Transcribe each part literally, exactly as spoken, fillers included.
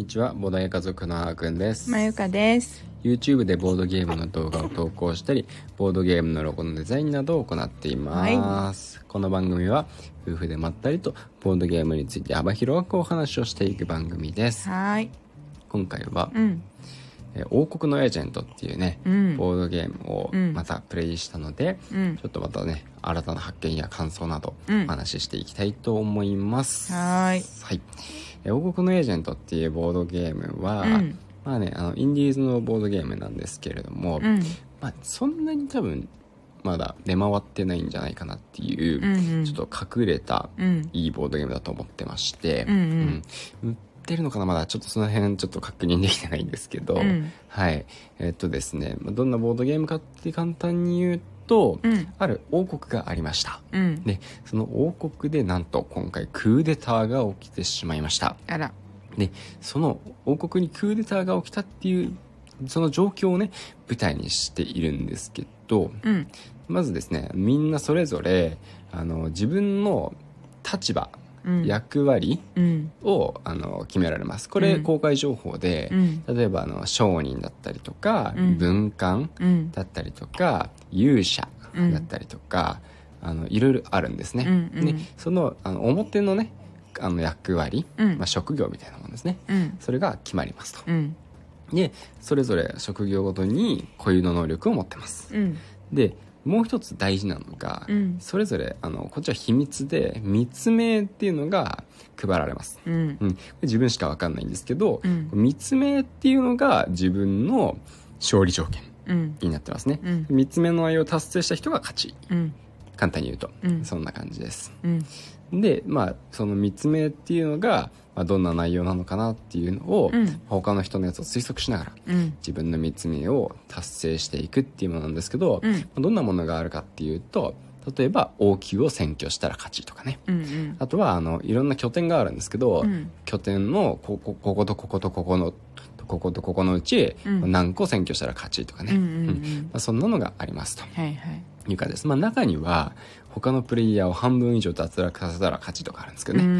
にちは、ボードゲー家族のあーくんです。 まゆかです。 YouTube でボードゲームの動画を投稿したり、ボードゲームのロゴのデザインなどを行っています、はい、この番組は夫婦でまったりとボードゲームについて幅広くお話をしていく番組です。 はい。 今回は、 うんえー、王国のエージェントっていうね、うん、ボードゲームをまたプレイしたので、うん、ちょっとまたね新たな発見や感想などお話ししていきたいと思います、 うん、はい、 はい。えー、王国のエージェントっていうボードゲームは、うん、まあねあのインディーズのボードゲームなんですけれども、うん、まあ、そんなに多分まだ出回ってないんじゃないかなっていう、うんうん、ちょっと隠れたいいボードゲームだと思ってまして、うんうんうん、売ってるのかな、まだちょっとその辺ちょっと確認できてないんですけど、うん、はいえー、っとですねどんなボードゲームかって簡単に言うと、うん、ある王国がありました、うん、でその王国でなんと今回クーデターが起きてしまいました。 あら。 でその王国にクーデターが起きたっていうその状況をね舞台にしているんですけど、うん、まずですねみんなそれぞれあの自分の立場、うん、役割を、うん、あの決められます。これ公開情報で、うん、例えばあの商人だったりとか、うん、文官だったりとか、うん、勇者だったりとか、うん、あのいろいろあるんですね、うんうん、でその、あの表のねあの役割、うんまあ、職業みたいなものですね、うん、それが決まりますと、うん、でそれぞれ職業ごとに固有の能力を持ってます、うん、でもう一つ大事なのが、うん、それぞれあのこっちは秘密で密名っていうのが配られます、うんうん、自分しか分かんないんですけど、うん、密名っていうのが自分の勝利条件になってますね、うん、密名の内容を達成した人が勝ち、うん、簡単に言うと、うん、そんな感じです、うんでまあその密名っていうのが、まあ、どんな内容なのかなっていうのを、うん、他の人のやつを推測しながら、うん、自分の密名を達成していくっていうものなんですけど、うん、どんなものがあるかっていうと、例えば王宮を占拠したら勝ちとかね、うんうん、あとはあのいろんな拠点があるんですけど、うん、拠点のここ、こことこことここのこことここのうち何個占拠したら勝ちとかね、うんうんうんまあ、そんなのがありますと、はいはい、いうかです、まあ、中には他のプレイヤーを半分以上脱落させたら勝ちとかあるんですけどね、うん、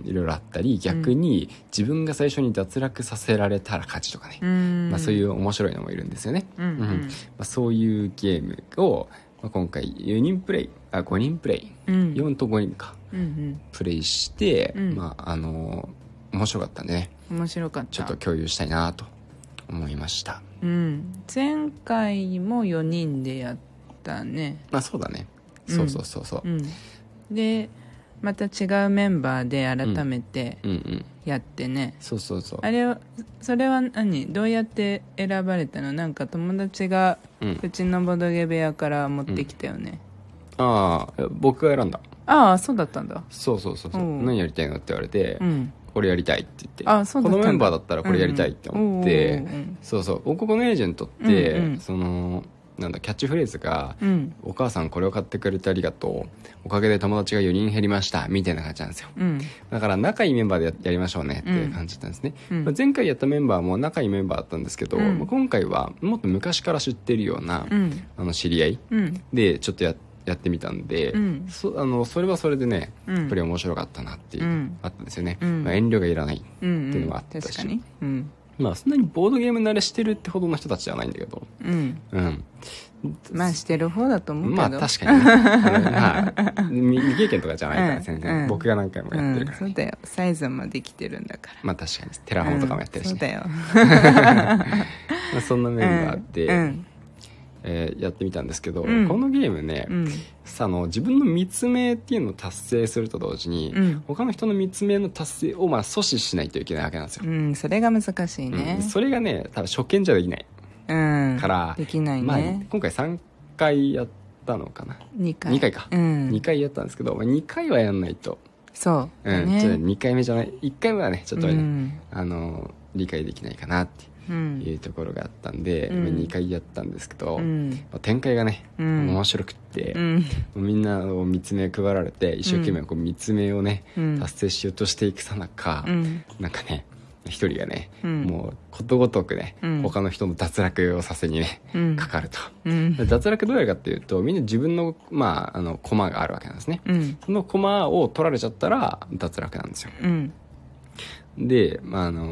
いろいろあったり、逆に自分が最初に脱落させられたら勝ちとかね、うんまあ、そういう面白いのもいるんですよね、うんうんうんまあ、そういうゲームを、まあ、今回よにんプレイあごにんプレイ、うん、よんとごにんか、うんうん、プレイして、うんまあ、あの面白かったんでね、 面白かった、 ちょっと共有したいなと思いました、 うん、前回もよにんでやったね。 まあそうだね、そうそうそうそう、うん、 でまた違うメンバーで改めてやってね、うんうんうん、そうそうそう、あれはそれは何どうやって選ばれたの？なんか友達がうちのボドゲ部屋から持ってきたよね、 うん、ああ僕が選んだ。 ああそうだったんだ。 そうそうそうそう、何やりたいのって言われて、うんこれやりたいって言って、 あそうだったんだ、 このメンバーだったらこれやりたいって思って、うんうん、そうそう王国のエージェントって、うんうん、そのなんだキャッチフレーズが、うん、お母さんこれを買ってくれてありがとう、おかげで友達がよにん減りましたみたいな感じなんですよ、うん、だから仲いいメンバーで や, やりましょうねっていう感じだったんですね、うんまあ、前回やったメンバーも仲いいメンバーだったんですけど、うんまあ、今回はもっと昔から知ってるような、うん、あの知り合い、うん、でちょっとやってやってみたんで、うん、そ, あのそれはそれでね、うん、やっぱり面白かったなっていう、うん、あったんですよね、うんまあ、遠慮がいらないっていうのがあったし、うんうん、確かに、うん、まあそんなにボードゲーム慣れしてるってほどの人たちじゃないんだけど、うんうん、 まあしてる方だと思うけど、 まあ確かにねまあ、未経験とかじゃないから全然、うん、僕が何回もやってるから、ねうん、そうだよ、サイズまできてるんだから、 まあ確かにテラフォンとかもやってるし、ねうん、そうだよまあそんなメンバーで、うんうんえー、やってみたんですけど、うん、このゲームね、うん、さあの自分の密名っていうのを達成すると同時に、うん、他の人の密名の達成をまあ阻止しないといけないわけなんですよ、 うん、それが難しいね、 うん、それがね多分初見じゃできない、うん、からできないね、 まあ、今回さんかいやったのかなにかいにかいか、うん、にかいやったんですけど、まあ、にかいはやんないとそう、 うんね、 ちょっとにかいめじゃないいっかいめはねちょっとね、うん、あの理解できないかなっていうところがあったんで、うん、にかいやったんですけど、うんまあ、展開がね、うん、面白くって、うん、みんなを見つめ配られて一生懸命こう見つめをね、うん、達成しようとしていくさなか、うん、なんかね一人がね、うん、もうことごとくね、うん、他の人の脱落をさせにね、うん、かかると、うん、脱落どうやるかっていうとみんな自分のまああの駒があるわけなんですね、うん、その駒を取られちゃったら脱落なんですよ、うん、で、まあ、あの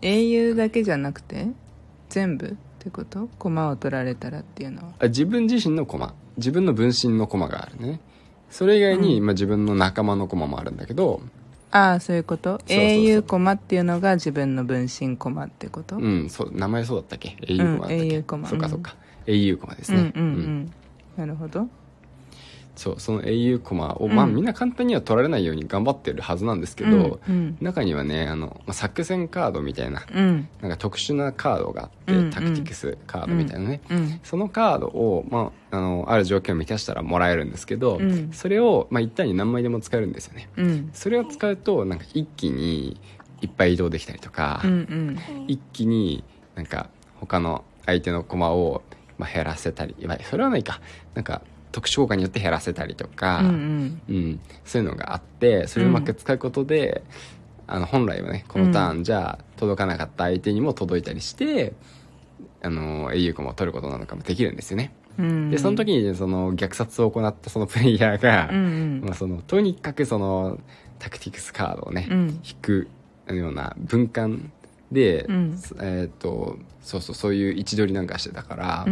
英雄だけじゃなくて全部ってこと？駒を取られたらっていうのはあ自分自身の駒、自分の分身の駒があるね。それ以外に、うんまあ、自分の仲間の駒もあるんだけど。 ああそういうこと。そうそうそう英雄駒っていうのが自分の分身駒ってこと？ うんそう名前そうだったっけ？英雄駒だったっけ？うん、英雄駒そうかそうか、うん、英雄駒ですね。 うんうんうん、うん、なるほど。 そうその英雄コマを、うんまあ、みんな簡単には取られないように頑張ってるはずなんですけど、うんうん、中にはねあの、まあ、作戦カードみたいな、うん、なんか特殊なカードがあって、うんうん、タクティクスカードみたいなね、うんうん、そのカードを、まあ、あのある条件を満たしたらもらえるんですけど、うん、それを、まあ、一体に何枚でも使えるんですよね、うん、それを使うとなんか一気にいっぱい移動できたりとか、うんうん、一気になんか他の相手の駒を、まあ、減らせたり、それはないかなんか特殊効果によって減らせたりとか、うんうんうん、そういうのがあってそれをうまく使うことで、うん、あの本来はねこのターンじゃ届かなかった相手にも届いたりして、うん、あの英雄駒を取ることなのかもできるんですよね、うんうん、でその時に、ね、その虐殺を行ったそのプレイヤーが、うんうんまあ、そのとにかくそのタクティクスカードをね、うん、引くような分担で、うん、えー、っとそうそうそういう位置取りなんかしてたから、うん、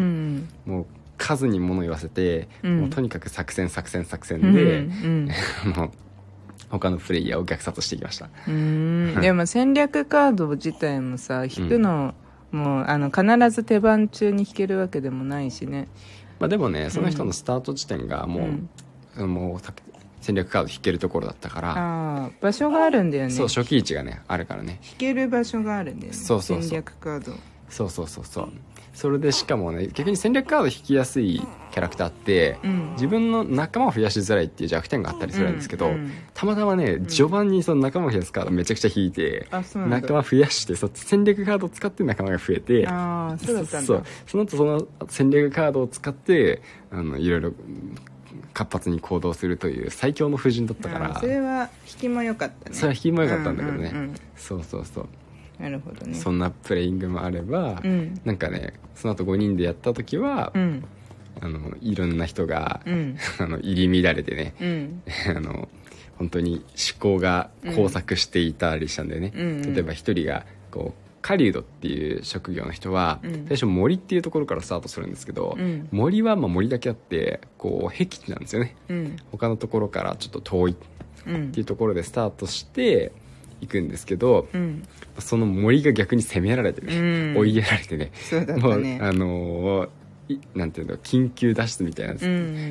もう数に物言わせて、うん、もうとにかく作戦作戦作戦で、うんうん、もう他のプレイヤーを虐殺していきました。 うーんでも戦略カード自体もさ引くの、うん、もうあの必ず手番中に引けるわけでもないしね、 まあ、でもねその人のスタート地点がもう、うん、もう戦略カード引けるところだったから、 あ場所があるんだよね。 そう初期位置がねあるからね引ける場所があるんだよね。そうそうそう戦略カードそうそうそうそうそれでしかもね逆に戦略カード引きやすいキャラクターって、うん、自分の仲間を増やしづらいっていう弱点があったりするんですけど、うんうん、たまたまね、うん、序盤にその仲間を増やすカードめちゃくちゃ引いて、うん、仲間増やしてそ戦略カードを使って仲間が増えて、 あそうだったんだ。 そうその後その戦略カードを使ってあのいろいろ活発に行動するという最強の布陣だったから、 それは引きも良かったね。 それは引きも良かったんだけどね、うんうんうん、そうそうそうなるほどね。 そんなプレイングもあれば、うん、なんかねその後ごにんでやった時は、うん、あのいろんな人が、うん、あの入り乱れてね、うん、あの本当に思考が交錯していたりしたんだよね、うん、例えば一人がこう狩人っていう職業の人は、うん、最初森っていうところからスタートするんですけど、うん、森はまあ森だけあってこう僻地なんですよね、うん、他のところからちょっと遠いっていうところでスタートして行くんですけど、うん、その森が逆に攻められてね、うん、追いやられてね、 そうだったね、 もうあのー、なんていうの緊急脱出みたいな、うん、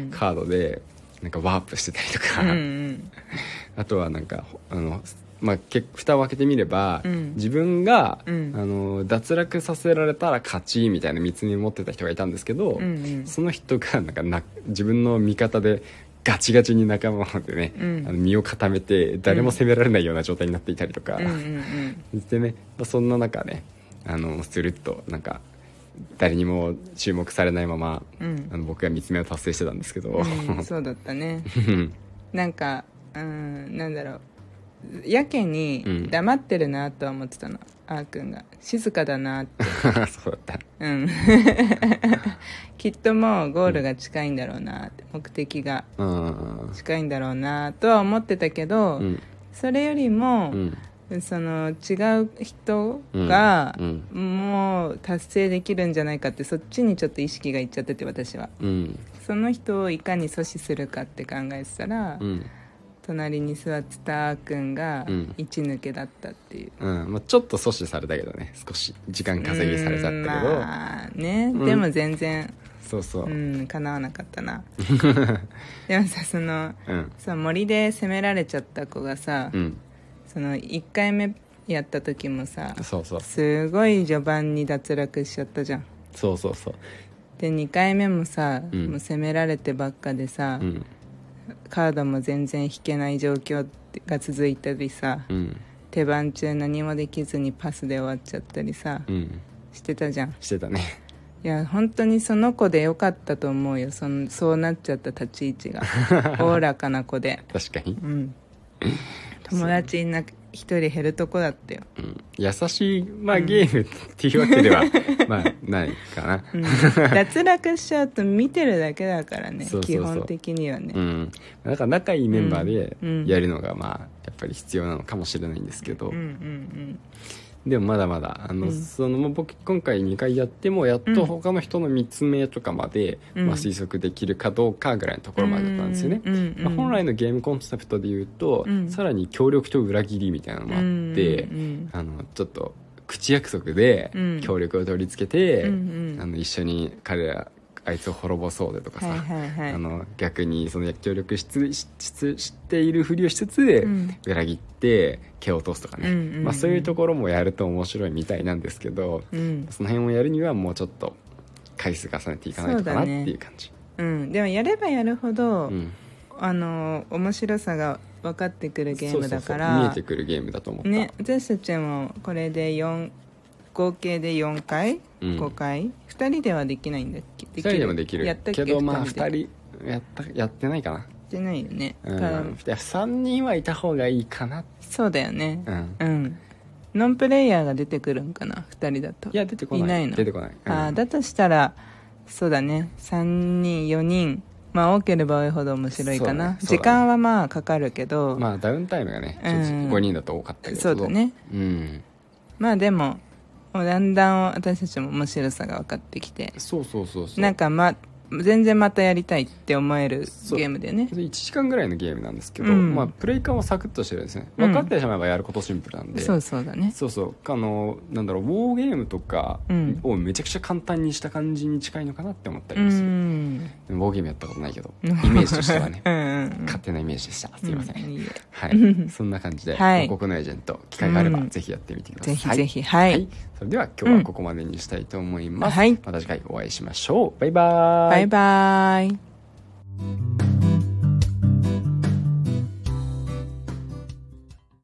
カードでなんかワープしてたりとか、うんうん、あとはなんかあのまあ、蓋を開けてみれば、うん、自分が、うん、あの脱落させられたら勝ちみたいな見つめ持ってた人がいたんですけど、うんうん、その人がなんかな自分の味方でガチガチに仲間でね、うん、あの身を固めて誰も攻められないような状態になっていたりとか、うんうんうん、でね、そんな中ねあのスルッとなんか誰にも注目されないまま、うん、あの僕が三つ目を達成してたんですけど、 うん、そうだったねなんかうんなんだろうやけに黙ってるなとは思ってたの、あーくんが静かだなってそうだったうんきっともうゴールが近いんだろうなって、うん、目的が近いんだろうなとは思ってたけど、うん、それよりも、うん、その違う人が、うんうん、もう達成できるんじゃないかってそっちにちょっと意識がいっちゃってて私は、うん、その人をいかに阻止するかって考えてたら、うん隣に座ってたあーくんが一抜けだったっていう、 うんうんまあ、ちょっと阻止されたけどね少し時間稼ぎされちゃったけど、 まあね、うん、でも全然そうそう、うん、 叶わなかったなでもさその、うん、さ森で攻められちゃった子がさ、うん、そのいっかいめやった時もさそうそうすごい序盤に脱落しちゃったじゃん。 そうそうそうでにかいめもさ、うん、もう攻められてばっかでさ、うんカードも全然引けない状況が続いたりさ、うん、手番中何もできずにパスで終わっちゃったりさ、うん、してたじゃん。 してたね。 いや本当にその子でよかったと思うよ。そのそうなっちゃった立ち位置がおおらかな子で確かに、うん、 友達いな一人減るとこだったよ、 うん、優しい、まあ、ゲームっていうわけでは、うん、まあないかな、 うん、脱落しちゃうと見てるだけだからね。そうそうそう基本的にはね、 うん、だから仲いいメンバーでやるのがまあやっぱり必要なのかもしれないんですけど、うんうんうんうん、 でもまだまだあの、うん、その僕今回にかいやってもやっと他の人の見つめとかまで、うんまあ、推測できるかどうかぐらいのところまでだったんですよね、うんうんまあ、本来のゲームコンセプトでいうと、うん、さらに協力と裏切りみたいなのもあって、うんうん、あのちょっと口約束で協力を取り付けて、うんうん、あの一緒に彼らあいつを滅ぼそうでとかさ、はいはいはい、あの逆にその協力しつしししているふりをしつつ、うん、裏切って蹴落とすとかね、うんうんうんまあ、そういうところもやると面白いみたいなんですけど、うん、その辺をやるにはもうちょっと回数重ねていかないとかなっていう感じう,、ねうん、でもやればやるほど、うん、あの面白さが分かってくるゲームだからそうそうそう見えてくるゲームだと思った、ね、 私たちもこれでよん合計でよんかい、うん、ごかいふたりではできないんだっけ。 ふたりでもできるやったっけけどまあふたりやったやってないかな。やってないよね、 うん、さんにんはいた方がいいかな。 そうだよね、うん、うん、ノンプレイヤーが出てくるんかなふたりだと。 いや出てこない。いないの。出てこない、 うん、あだとしたらそうだねさんにんよにんまあ多ければ多いほど面白いかな、ねね、時間はまあかかるけどまあダウンタイムがね、うん、ごにんだと多かったけどそうだね、うん、まあでももうだんだん私たちも面白さが分かってきてそうそうそうそうなんか、ま、全然またやりたいって思えるゲームでね。 いちじかんぐらいのゲームなんですけど、うんまあ、プレイ感はサクッとしてるんですね、分かってしまえばやることシンプルなんで、 うん、そうそうだねそうそうあのなんだろうウォーゲームとかをめちゃくちゃ簡単にした感じに近いのかなって思ったりもする、うん、ウォーゲームやったことないけどイメージとしてはねうんうん、勝手なイメージでしたすいません、うん、いいはい、そんな感じで広告のエージェント機会があればぜひやってみてください、 ぜひぜひはい、はい、 それでは今日はここまでにしたいと思います、うんはい、また次回お会いしましょう。バイバーイ。 バイバーイ。